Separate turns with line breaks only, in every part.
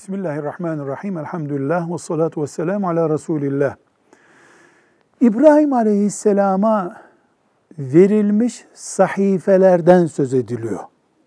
Bismillahirrahmanirrahim. Elhamdülillah ve salatu ve selamu ala Resulillah. İbrahim Aleyhisselam'a verilmiş sahifelerden söz ediliyor.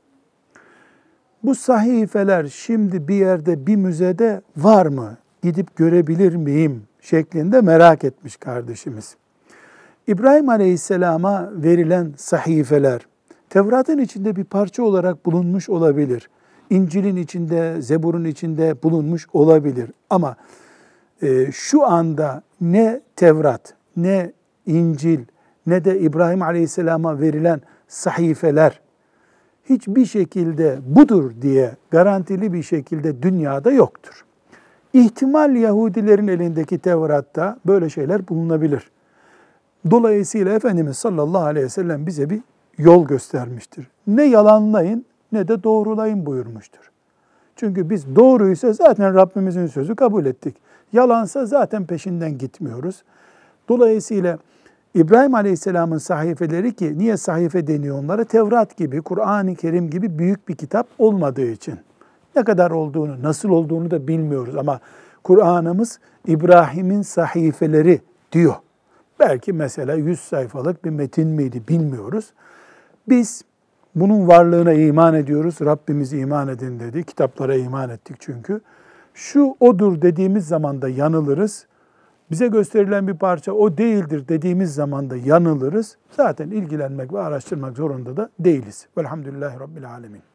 Bu sahifeler şimdi bir yerde, bir müzede var mı? Gidip görebilir miyim? Şeklinde merak etmiş kardeşimiz. İbrahim Aleyhisselam'a verilen sahifeler, Tevrat'ın içinde bir parça olarak bulunmuş olabilir. İncil'in içinde, Zebur'un içinde bulunmuş olabilir. Ama şu anda ne Tevrat, ne İncil, ne de İbrahim Aleyhisselam'a verilen sahifeler hiçbir şekilde budur diye garantili bir şekilde dünyada yoktur. İhtimal Yahudilerin elindeki Tevrat'ta böyle şeyler bulunabilir. Dolayısıyla Efendimiz sallallahu aleyhi ve sellem bize bir yol göstermiştir. Ne yalanlayın ne de doğrulayın buyurmuştur. Çünkü biz doğruysa zaten Rabbimizin sözü kabul ettik. Yalansa zaten peşinden gitmiyoruz. Dolayısıyla İbrahim Aleyhisselam'ın sahifeleri, ki niye sahife deniyor onlara? Tevrat gibi, Kur'an-ı Kerim gibi büyük bir kitap olmadığı için. Ne kadar olduğunu, nasıl olduğunu da bilmiyoruz ama Kur'an'ımız İbrahim'in sahifeleri diyor. Belki mesela 100 sayfalık bir metin miydi bilmiyoruz. Biz bunun varlığına iman ediyoruz. Rabbimiz iman edin dedi. Kitaplara iman ettik çünkü. Şu odur dediğimiz zaman da yanılırız. Bize gösterilen bir parça o değildir dediğimiz zaman da yanılırız. Zaten ilgilenmek ve araştırmak zorunda da değiliz. Velhamdülillahi Rabbil Alemin.